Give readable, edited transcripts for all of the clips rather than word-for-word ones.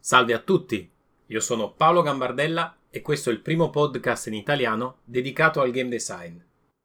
Salve a tutti, io sono Paolo Gambardella e questo è il primo podcast in italiano dedicato al game design.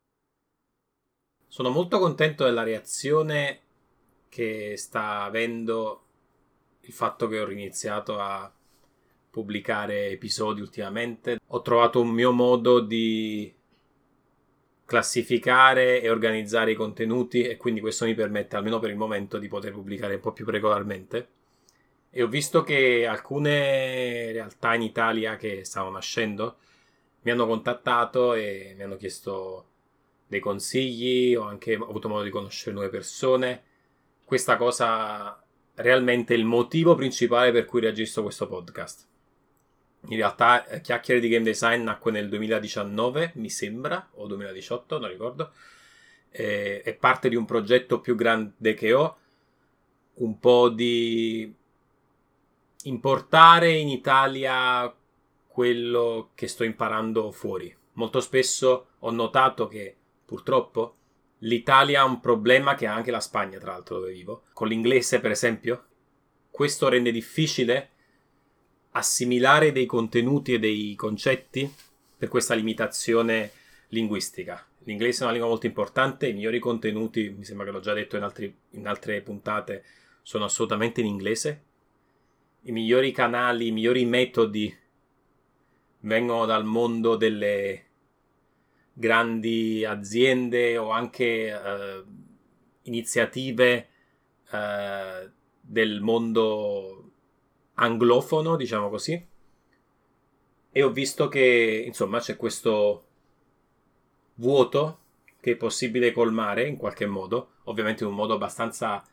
Sono molto contento della reazione che sta avendo il fatto che ho iniziato a pubblicare episodi ultimamente. Ho trovato un mio modo di classificare e organizzare i contenuti e quindi questo mi permette, almeno per il momento, di poter pubblicare un po' più regolarmente. E ho visto che alcune realtà in Italia che stavano nascendo mi hanno contattato e mi hanno chiesto dei consigli, ho anche avuto modo di conoscere nuove persone. Questa cosa realmente è il motivo principale per cui registro questo podcast. In realtà Chiacchiere di Game Design nacque nel 2019, mi sembra, o 2018, non ricordo. È parte di un progetto più grande che ho, un po' di importare in Italia quello che sto imparando fuori. Molto spesso ho notato che, purtroppo, l'Italia ha un problema che ha anche la Spagna, tra l'altro, dove vivo. Con l'inglese, per esempio, questo rende difficile assimilare dei contenuti e dei concetti per questa limitazione linguistica. L'inglese è una lingua molto importante, i migliori contenuti, mi sembra che l'ho già detto in altre puntate, sono assolutamente in inglese. I migliori canali, i migliori metodi vengono dal mondo delle grandi aziende o anche iniziative del mondo anglofono, diciamo così. E ho visto che, insomma, c'è questo vuoto che è possibile colmare in qualche modo, ovviamente in un modo abbastanza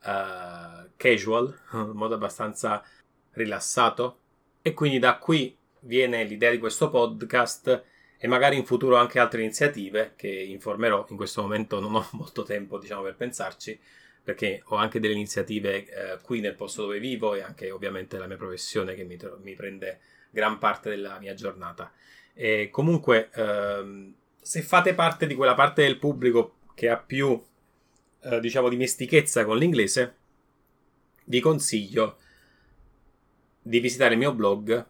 casual, un modo abbastanza rilassato, e quindi da qui viene l'idea di questo podcast e magari in futuro anche altre iniziative che informerò. In questo momento non ho molto tempo, diciamo, per pensarci, perché ho anche delle iniziative qui nel posto dove vivo e anche ovviamente la mia professione che mi prende gran parte della mia giornata. E comunque se fate parte di quella parte del pubblico che ha più diciamo dimestichezza con l'inglese, vi consiglio di visitare il mio blog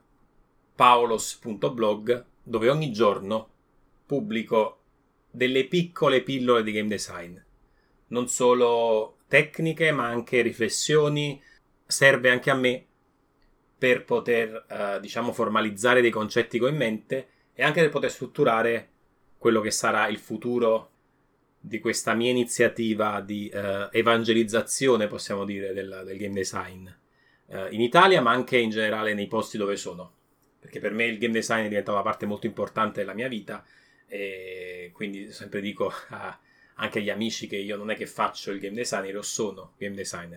paolos.blog, dove ogni giorno pubblico delle piccole pillole di game design, non solo tecniche ma anche riflessioni. Serve anche a me per poter diciamo formalizzare dei concetti che ho in mente e anche per poter strutturare quello che sarà il futuro di questa mia iniziativa di evangelizzazione, possiamo dire, del game design in Italia, ma anche in generale nei posti dove sono, perché per me il game design è diventato una parte molto importante della mia vita e quindi sempre dico anche agli amici che io non è che faccio il game designer, io sono game designer.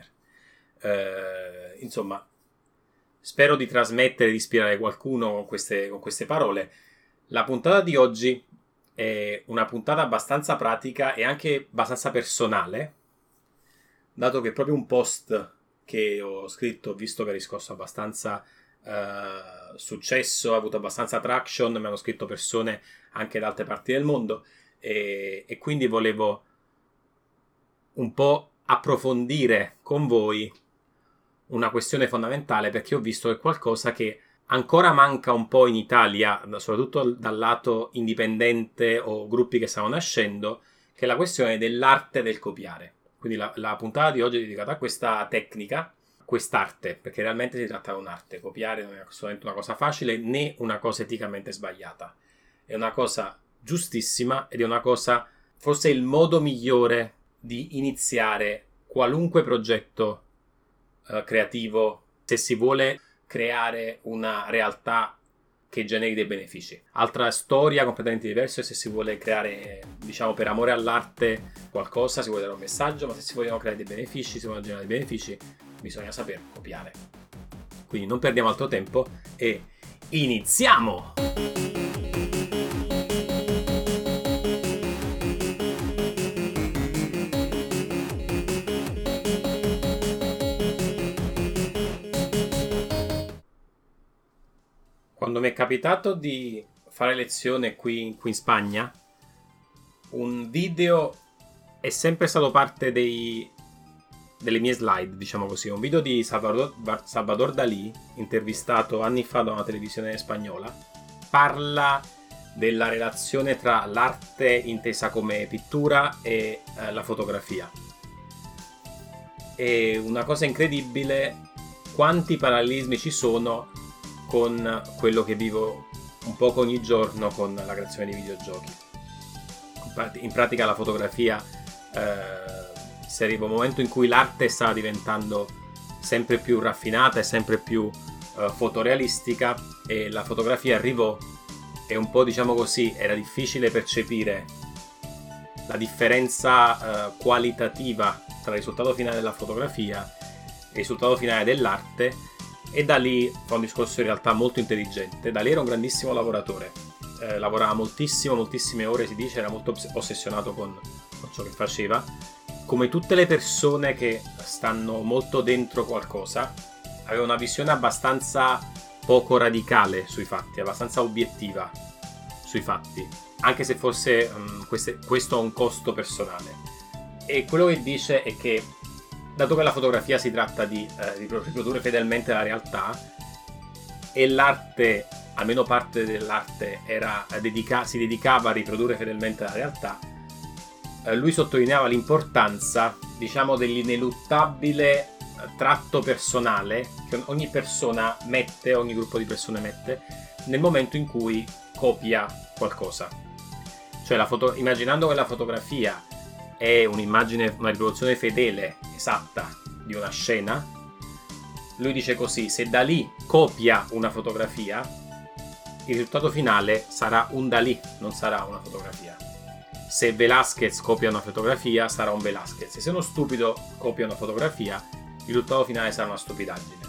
Insomma, spero di trasmettere, di ispirare qualcuno con queste parole. La puntata di oggi è una puntata abbastanza pratica e anche abbastanza personale, dato che proprio un post che ho scritto, visto che ha riscosso abbastanza successo, ha avuto abbastanza traction, mi hanno scritto persone anche da altre parti del mondo e quindi volevo un po' approfondire con voi una questione fondamentale, perché ho visto che è qualcosa che ancora manca un po' in Italia, soprattutto dal lato indipendente o gruppi che stanno nascendo, che è la questione dell'arte del copiare. Quindi la puntata di oggi è dedicata a questa tecnica, quest'arte, perché realmente si tratta di un'arte. Copiare non è assolutamente una cosa facile né una cosa eticamente sbagliata. È una cosa giustissima ed è una cosa, forse il modo migliore di iniziare qualunque progetto creativo se si vuole creare una realtà che generi dei benefici. Altra storia completamente diversa è se si vuole creare, diciamo, per amore all'arte qualcosa, si vuole dare un messaggio, ma se si vogliono creare dei benefici, si vogliono generare dei benefici, bisogna saper copiare. Quindi non perdiamo altro tempo e iniziamo! Quando mi è capitato di fare lezione qui in Spagna, un video è sempre stato parte dei delle mie slide, diciamo così, un video di Salvador Dalì, intervistato anni fa da una televisione spagnola. Parla della relazione tra l'arte intesa come pittura e la fotografia. E una cosa incredibile, quanti parallelismi ci sono con quello che vivo un poco ogni giorno con la creazione di videogiochi. In pratica la fotografia, si arriva a un momento in cui l'arte sta diventando sempre più raffinata e sempre più fotorealistica, e la fotografia arrivò e un po', diciamo così, era difficile percepire la differenza qualitativa tra il risultato finale della fotografia e il risultato finale dell'arte, e da lì fa un discorso in realtà molto intelligente. Dalì era un grandissimo lavoratore, lavorava moltissime ore, si dice, era molto ossessionato con ciò che faceva. Come tutte le persone che stanno molto dentro qualcosa, aveva una visione abbastanza poco radicale sui fatti, abbastanza obiettiva sui fatti, anche se forse questo ha un costo personale. E quello che dice è che, dato che la fotografia si tratta di riprodurre fedelmente la realtà, e l'arte, almeno parte dell'arte, si dedicava a riprodurre fedelmente la realtà, lui sottolineava l'importanza, diciamo, dell'ineluttabile tratto personale che ogni persona mette, ogni gruppo di persone mette, nel momento in cui copia qualcosa. Cioè, immaginando che la fotografia è un'immagine, una riproduzione fedele, esatta, di una scena, lui dice così: se Dalì copia una fotografia, il risultato finale sarà un Dalì, non sarà una fotografia. Se Velázquez copia una fotografia, sarà un Velázquez. E se uno stupido copia una fotografia, il risultato finale sarà una stupidaggine.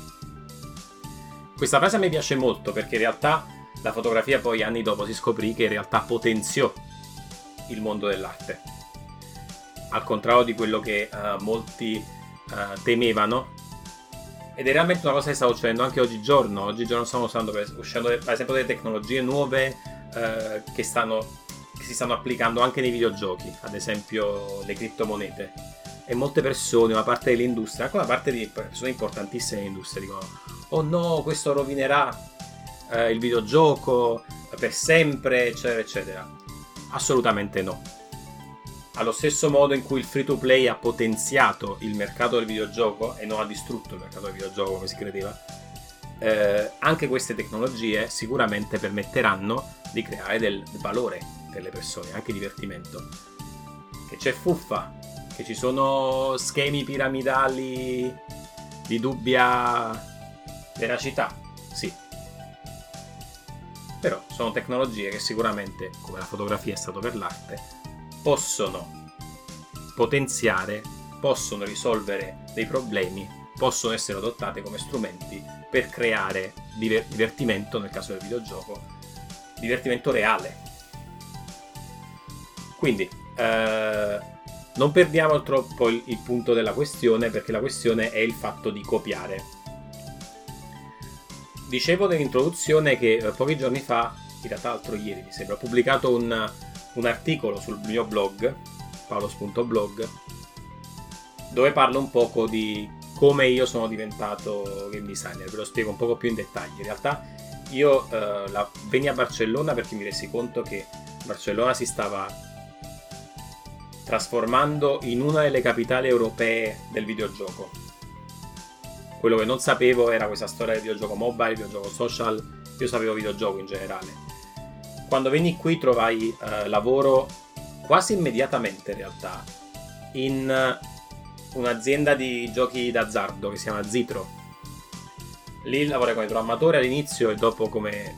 Questa frase a me piace molto, perché in realtà la fotografia poi anni dopo si scoprì che in realtà potenziò il mondo dell'arte, al contrario di quello che molti temevano. Ed è realmente una cosa che sta succedendo anche oggigiorno. Oggigiorno stiamo uscendo per esempio delle tecnologie nuove che si stanno applicando anche nei videogiochi, ad esempio le criptomonete. E molte persone, una parte dell'industria, anche una parte di persone importantissime nell'industria, dicono: oh no, questo rovinerà il videogioco per sempre, eccetera eccetera. Assolutamente no. Allo stesso modo in cui il free to play ha potenziato il mercato del videogioco e non ha distrutto il mercato del videogioco come si credeva, anche queste tecnologie sicuramente permetteranno di creare del valore per le persone, anche divertimento. Che c'è fuffa, che ci sono schemi piramidali di dubbia veracità, sì. Però sono tecnologie che sicuramente, come la fotografia è stato per l'arte, possono potenziare, possono risolvere dei problemi, possono essere adottate come strumenti per creare divertimento, nel caso del videogioco, divertimento reale. Quindi non perdiamo troppo il punto della questione, perché la questione è il fatto di copiare. Dicevo nell'introduzione che pochi giorni fa, in realtà l'altro ieri mi sembra, ho pubblicato un articolo sul mio blog, paolo.blog, dove parlo un poco di come io sono diventato game designer. Ve lo spiego un poco più in dettaglio. In realtà io venni a Barcellona perché mi resi conto che Barcellona si stava trasformando in una delle capitali europee del videogioco. Quello che non sapevo era questa storia del videogioco mobile, videogioco social. Io sapevo videogioco in generale. Quando venni qui trovai lavoro quasi immediatamente, in realtà, in un'azienda di giochi d'azzardo che si chiama Zitro. Lì lavorai come programmatore all'inizio e dopo come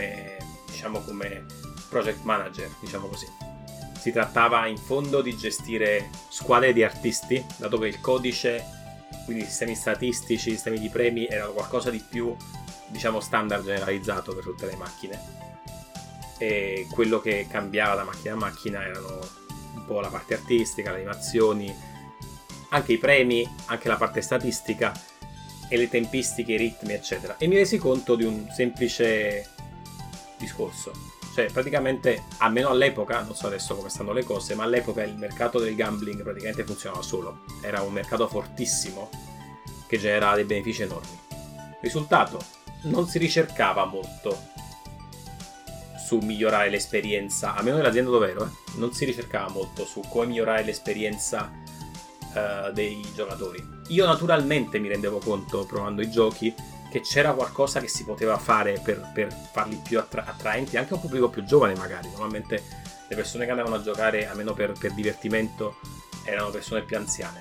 project manager, diciamo così. Si trattava in fondo di gestire squadre di artisti, dato che il codice, quindi sistemi statistici, sistemi di premi, erano qualcosa di più, diciamo, standard, generalizzato per tutte le macchine. E quello che cambiava da macchina a macchina erano un po' la parte artistica, le animazioni, anche i premi, anche la parte statistica e le tempistiche, i ritmi, eccetera. E mi resi conto di un semplice discorso, Cioè, praticamente, almeno all'epoca, non so adesso come stanno le cose, ma all'epoca il mercato del gambling praticamente funzionava solo. Era un mercato fortissimo che generava dei benefici enormi. Risultato, non si ricercava molto su migliorare l'esperienza, almeno nell'azienda dove ero, non si ricercava molto su come migliorare l'esperienza dei giocatori. Io naturalmente mi rendevo conto, provando i giochi, che c'era qualcosa che si poteva fare per farli più attraenti anche a un pubblico più giovane magari. Normalmente le persone che andavano a giocare, almeno per divertimento, erano persone più anziane.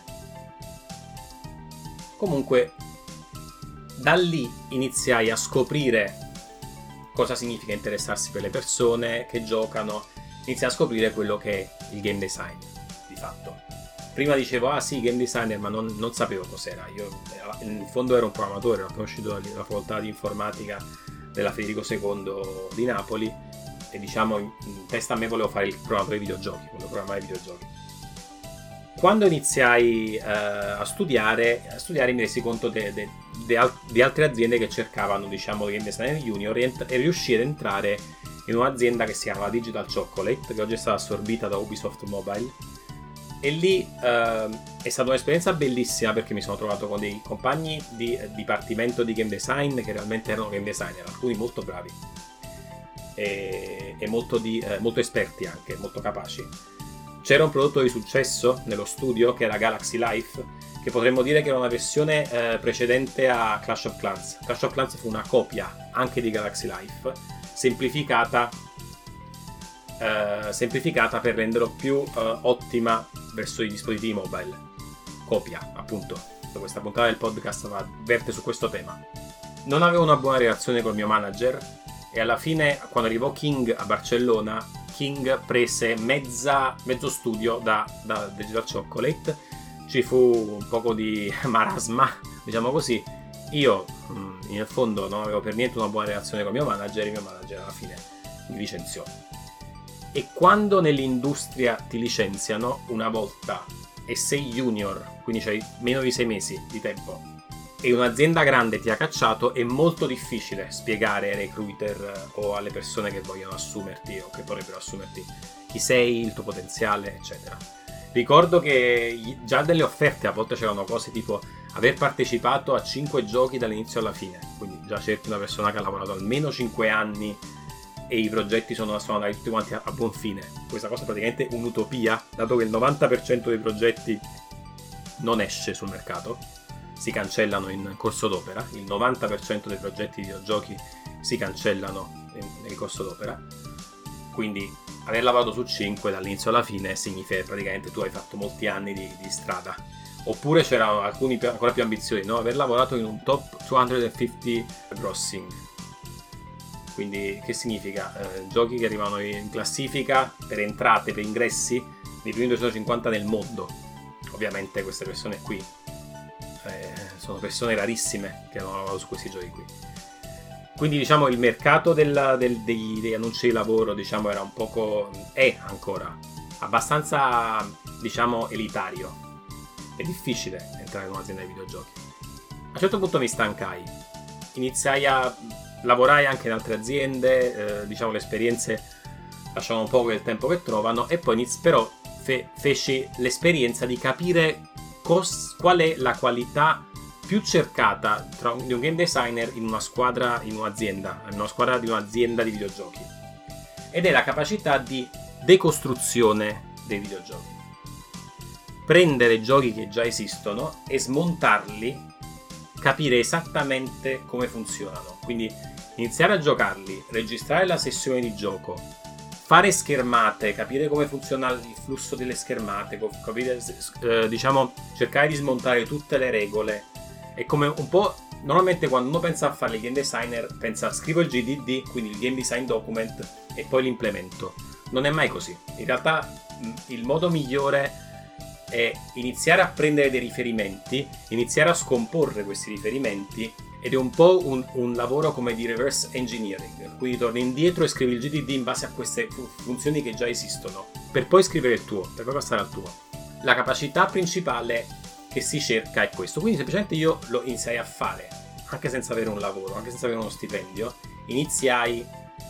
Comunque, da lì iniziai a scoprire cosa significa interessarsi per le persone che giocano, iniziai a scoprire quello che è il game design, di fatto. Prima dicevo, ah sì, game designer, ma non sapevo cos'era. Io in fondo ero un programmatore, ho conosciuto la facoltà di informatica della Federico II di Napoli e diciamo in testa a me volevo fare il programmatore di videogiochi, volevo programmare videogiochi. Quando iniziai a studiare mi resi conto di altre aziende che cercavano, diciamo, game designer junior e riuscii ad entrare in un'azienda che si chiama Digital Chocolate, che oggi è stata assorbita da Ubisoft Mobile. E lì è stata un'esperienza bellissima perché mi sono trovato con dei compagni di dipartimento di game design che realmente erano game designer, alcuni molto bravi e molto esperti anche, molto capaci. C'era un prodotto di successo nello studio che era Galaxy Life, che potremmo dire che era una versione precedente a Clash of Clans. Clash of Clans fu una copia anche di Galaxy Life, semplificata per renderlo più ottima verso i dispositivi mobile. Copia, appunto. Questa puntata del podcast verte su questo tema. Non avevo una buona relazione col mio manager e alla fine, quando arrivò King a Barcellona, King prese mezzo studio da Digital Chocolate. Ci fu un poco di marasma, diciamo così. Io in fondo non avevo per niente una buona relazione con il mio manager e il mio manager alla fine mi licenziò. E quando nell'industria ti licenziano una volta e sei junior, quindi c'hai meno di 6 mesi di tempo, e un'azienda grande ti ha cacciato, è molto difficile spiegare ai recruiter o alle persone che vogliono assumerti o che vorrebbero assumerti chi sei, il tuo potenziale, eccetera. Ricordo che già delle offerte a volte c'erano cose tipo aver partecipato a 5 giochi dall'inizio alla fine, quindi già cerchi una persona che ha lavorato almeno 5 anni e i progetti sono andati tutti quanti a buon fine. Questa cosa è praticamente un'utopia, dato che il 90% dei progetti non esce sul mercato, si cancellano in corso d'opera. Il 90% dei progetti di videogiochi si cancellano nel corso d'opera. Quindi aver lavorato su 5 dall'inizio alla fine significa che praticamente tu hai fatto molti anni di strada. Oppure c'erano alcuni ancora più ambiziosi, no? Aver lavorato in un top 250 grossing. Quindi che significa? Giochi che arrivano in classifica per entrate, per ingressi, nei primi 250 nel mondo. Ovviamente queste persone qui sono persone rarissime che hanno lavorato su questi giochi qui. Quindi diciamo il mercato degli annunci di lavoro, diciamo, era un poco, è ancora abbastanza, diciamo, elitario. È difficile entrare in un'azienda di videogiochi. A un certo punto mi stancai, iniziai a lavorare anche in altre aziende, diciamo le esperienze lasciano un po' il tempo che trovano, e poi però feci l'esperienza di capire qual è la qualità più cercata di un game designer in una squadra, in un'azienda di un'azienda di videogiochi, ed è la capacità di decostruzione dei videogiochi. Prendere giochi che già esistono e smontarli, capire esattamente come funzionano, quindi iniziare a giocarli, registrare la sessione di gioco, fare schermate, capire come funziona il flusso delle schermate, capire, diciamo, cercare di smontare tutte le regole. È come un po', normalmente quando uno pensa a fare il game designer pensa scrivo il GDD, quindi il game design document, e poi l'implemento. Non è mai così. In realtà il modo migliore è iniziare a prendere dei riferimenti, iniziare a scomporre questi riferimenti, ed è un po' un lavoro come di reverse engineering, quindi torni indietro e scrivi il GDD in base a queste funzioni che già esistono, per poi scrivere il tuo, per poi passare al tuo. La capacità principale che si cerca è questo, quindi semplicemente io lo iniziai a fare, anche senza avere un lavoro, anche senza avere uno stipendio, iniziai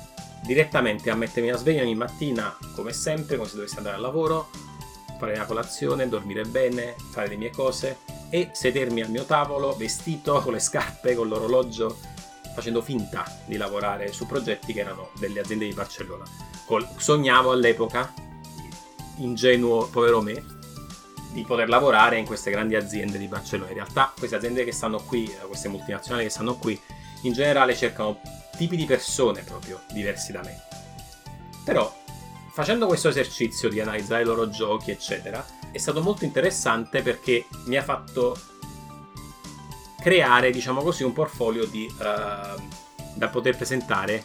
direttamente a mettermi a sveglia ogni mattina, come sempre, come se dovessi andare al lavoro, fare una colazione, dormire bene, fare le mie cose e sedermi al mio tavolo vestito con le scarpe, con l'orologio, facendo finta di lavorare su progetti che erano delle aziende di Barcellona. Sognavo all'epoca, ingenuo povero me, di poter lavorare in queste grandi aziende di Barcellona. In realtà queste aziende che stanno qui, queste multinazionali che stanno qui, in generale cercano tipi di persone proprio diversi da me. Però facendo questo esercizio di analizzare i loro giochi eccetera è stato molto interessante, perché mi ha fatto creare, diciamo così, un portfolio da poter presentare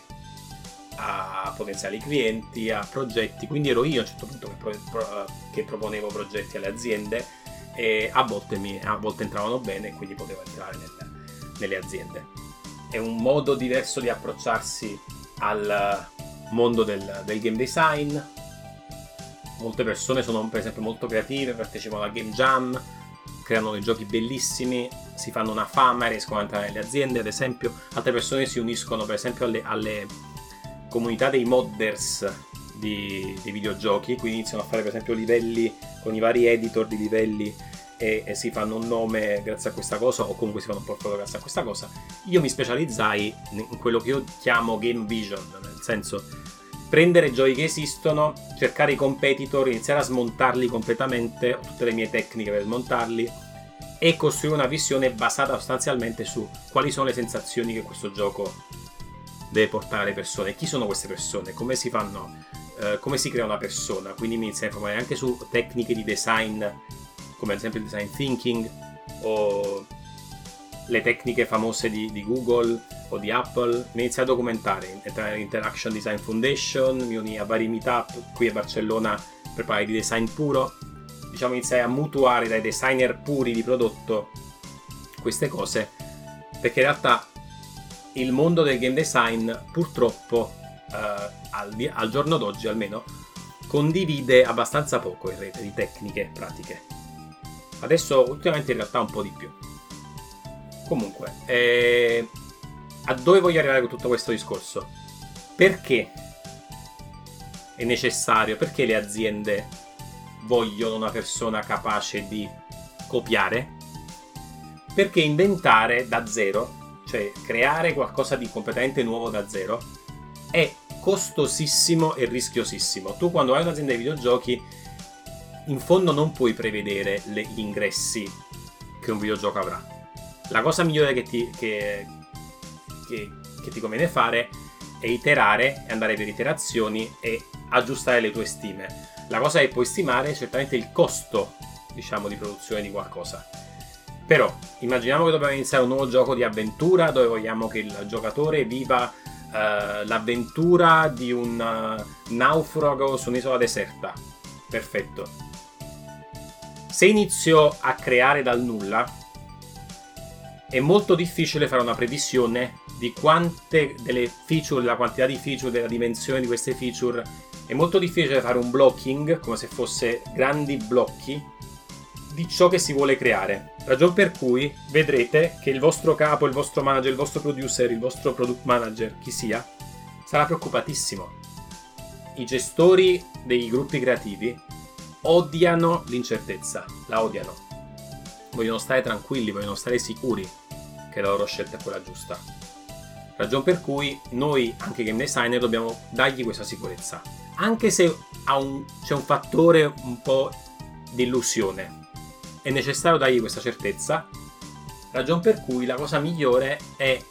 a potenziali clienti, a progetti. Quindi ero io a un certo punto che proponevo progetti alle aziende, e a volte entravano bene e quindi potevo entrare nelle aziende. È un modo diverso di approcciarsi al mondo del game design. Molte persone sono per esempio molto creative, partecipano al game jam, creano dei giochi bellissimi, si fanno una fama e riescono a entrare nelle aziende, ad esempio. Altre persone si uniscono per esempio alle comunità dei modders di videogiochi, quindi iniziano a fare per esempio livelli con i vari editor di livelli e si fanno un nome grazie a questa cosa, o comunque si fanno un portfolio grazie a questa cosa. Io mi specializzai in quello che io chiamo game vision, nel senso prendere giochi che esistono, cercare i competitor, iniziare a smontarli completamente, ho tutte le mie tecniche per smontarli e costruire una visione basata sostanzialmente su quali sono le sensazioni che questo gioco deve portare alle persone, chi sono queste persone, come si fanno, come si crea una persona. Quindi mi inizia a informare anche su tecniche di design, come ad esempio il design thinking o le tecniche famose di Google o di Apple. Mi inizia a documentare, entrare nell'Interaction Design Foundation, mi unì a vari meetup qui a Barcellona per parlare di design puro. Diciamo, iniziai a mutuare dai designer puri di prodotto queste cose, perché in realtà il mondo del game design purtroppo al giorno d'oggi almeno condivide abbastanza poco in rete di tecniche pratiche. Adesso ultimamente in realtà un po' di più. Comunque, a dove voglio arrivare con tutto questo discorso? Perché è necessario, perché le aziende vogliono una persona capace di copiare? Perché inventare da zero, cioè creare qualcosa di completamente nuovo da zero, è costosissimo e rischiosissimo. Tu quando hai un'azienda di videogiochi, in fondo non puoi prevedere gli ingressi che un videogioco avrà. La cosa migliore che ti conviene fare è iterare e andare per iterazioni e aggiustare le tue stime. La cosa che puoi stimare è certamente il costo, diciamo, di produzione di qualcosa. Però immaginiamo che dobbiamo iniziare un nuovo gioco di avventura dove vogliamo che il giocatore viva l'avventura di un naufrago su un'isola deserta. Perfetto. Se inizio a creare dal nulla, è molto difficile fare una previsione di quante delle feature, della quantità di feature, della dimensione di queste feature. È molto difficile fare un blocking, come se fosse grandi blocchi di ciò che si vuole creare. Ragion per cui vedrete che il vostro capo, il vostro manager, il vostro producer, il vostro product manager, chi sia, sarà preoccupatissimo. I gestori dei gruppi creativi odiano l'incertezza, la odiano. Vogliono stare tranquilli, vogliono stare sicuri che la loro scelta è quella giusta. Ragion per cui noi, anche game designer, dobbiamo dargli questa sicurezza. Anche se c'è un fattore un po' di illusione, è necessario dargli questa certezza. Ragion per cui la cosa migliore è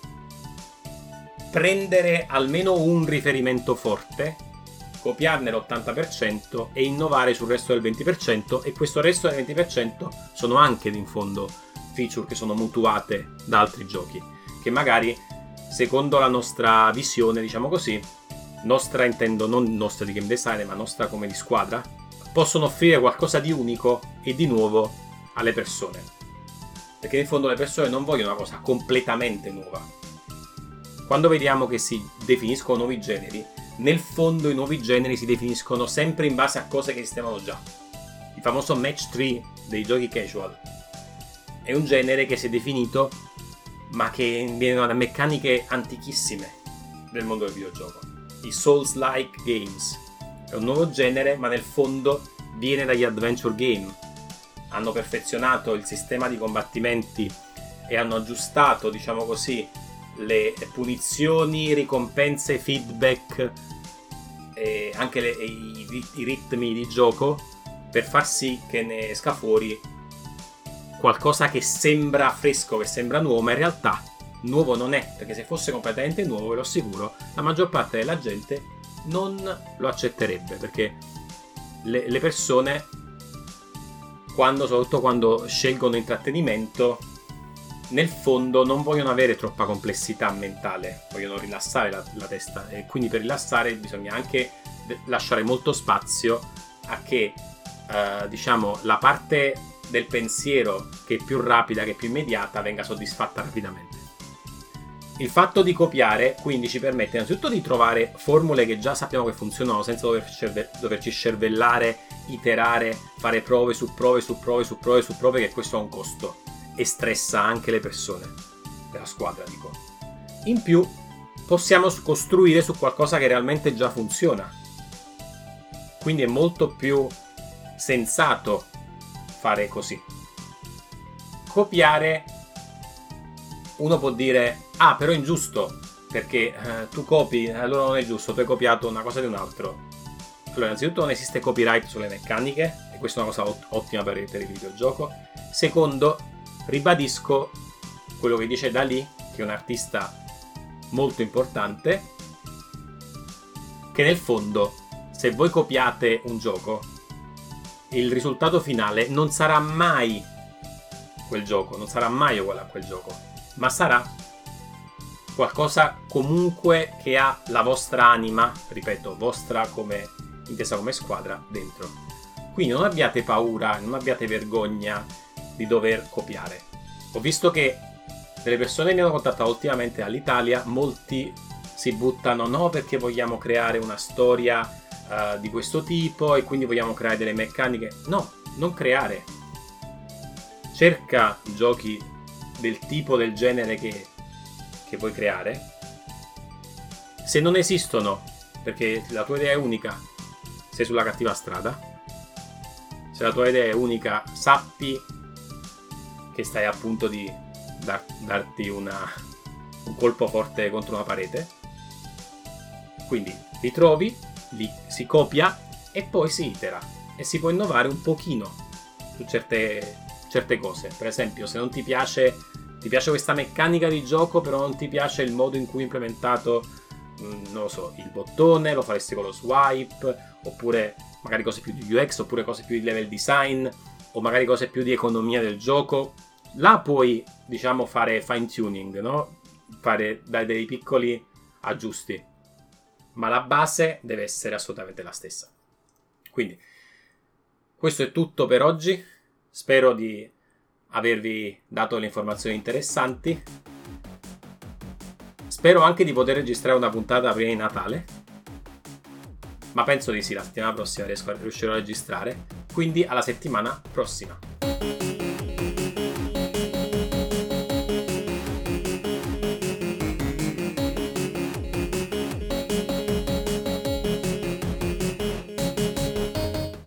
prendere almeno un riferimento forte, copiarne l'80% e innovare sul resto del 20%, e questo resto del 20% sono anche in fondo feature che sono mutuate da altri giochi, che magari secondo la nostra visione, diciamo così, nostra intendo non nostra di game design ma nostra come di squadra, possono offrire qualcosa di unico e di nuovo alle persone, perché in fondo le persone non vogliono una cosa completamente nuova. Quando vediamo che si definiscono nuovi generi, nel fondo i nuovi generi si definiscono sempre in base a cose che esistevano già. Il famoso match 3 dei giochi casual è un genere che si è definito ma che viene da meccaniche antichissime del mondo del videogioco. i Souls-like games. È un nuovo genere, ma nel fondo viene dagli adventure game. Hanno perfezionato il sistema di combattimenti e hanno aggiustato, diciamo così, le punizioni, ricompense, feedback e anche i ritmi di gioco per far sì che ne esca fuori qualcosa che sembra fresco, che sembra nuovo, ma in realtà nuovo non è, perché se fosse completamente nuovo, ve lo assicuro, la maggior parte della gente non lo accetterebbe, perché le persone, soprattutto quando scelgono intrattenimento, nel fondo non vogliono avere troppa complessità mentale, vogliono rilassare la testa, e quindi per rilassare bisogna anche lasciare molto spazio a che diciamo la parte del pensiero che è più rapida, che è più immediata, venga soddisfatta rapidamente. Il fatto di copiare quindi ci permette innanzitutto di trovare formule che già sappiamo che funzionano senza doverci cervellare, iterare, fare prove su prove su prove su prove su prove, che questo ha un costo e stressa anche le persone della squadra, dico. In più possiamo costruire su qualcosa che realmente già funziona, quindi è molto più sensato fare così. Copiare, uno può dire però è ingiusto perché tu copi, allora non è giusto, tu hai copiato una cosa di un altro. Allora, innanzitutto non esiste copyright sulle meccaniche e questa è una cosa ottima per il videogioco. Secondo, ribadisco quello che dice Dalì, che è un artista molto importante, che nel fondo se voi copiate un gioco, il risultato finale non sarà mai quel gioco, non sarà mai uguale a quel gioco, ma sarà qualcosa comunque che ha la vostra anima, ripeto, vostra come intesa come squadra, dentro. Quindi non abbiate paura, non abbiate vergogna di dover copiare. Ho visto che delle persone mi hanno contattato ultimamente all'Italia, molti si buttano no perché vogliamo creare una storia di questo tipo e quindi vogliamo creare delle meccaniche. No, non creare. Cerca giochi del tipo, del genere che vuoi creare. Se non esistono, perché la tua idea è unica, sei sulla cattiva strada. Se la tua idea è unica, sappi che stai a punto di darti un colpo forte contro una parete. Quindi li trovi, li si copia e poi si itera e si può innovare un pochino su certe cose. Per esempio, se non ti piace questa meccanica di gioco, però non ti piace il modo in cui è implementato, non lo so, il bottone, lo faresti con lo swipe, oppure magari cose più di UX, oppure cose più di level design, o magari cose più di economia del gioco. Là puoi, diciamo, fare fine tuning, no? Fare dei piccoli aggiusti, ma la base deve essere assolutamente la stessa. Quindi questo è tutto per oggi. Spero di avervi dato le informazioni interessanti. Spero anche di poter registrare una puntata prima di Natale, ma penso di sì, la settimana prossima riuscirò a registrare. Quindi alla settimana prossima.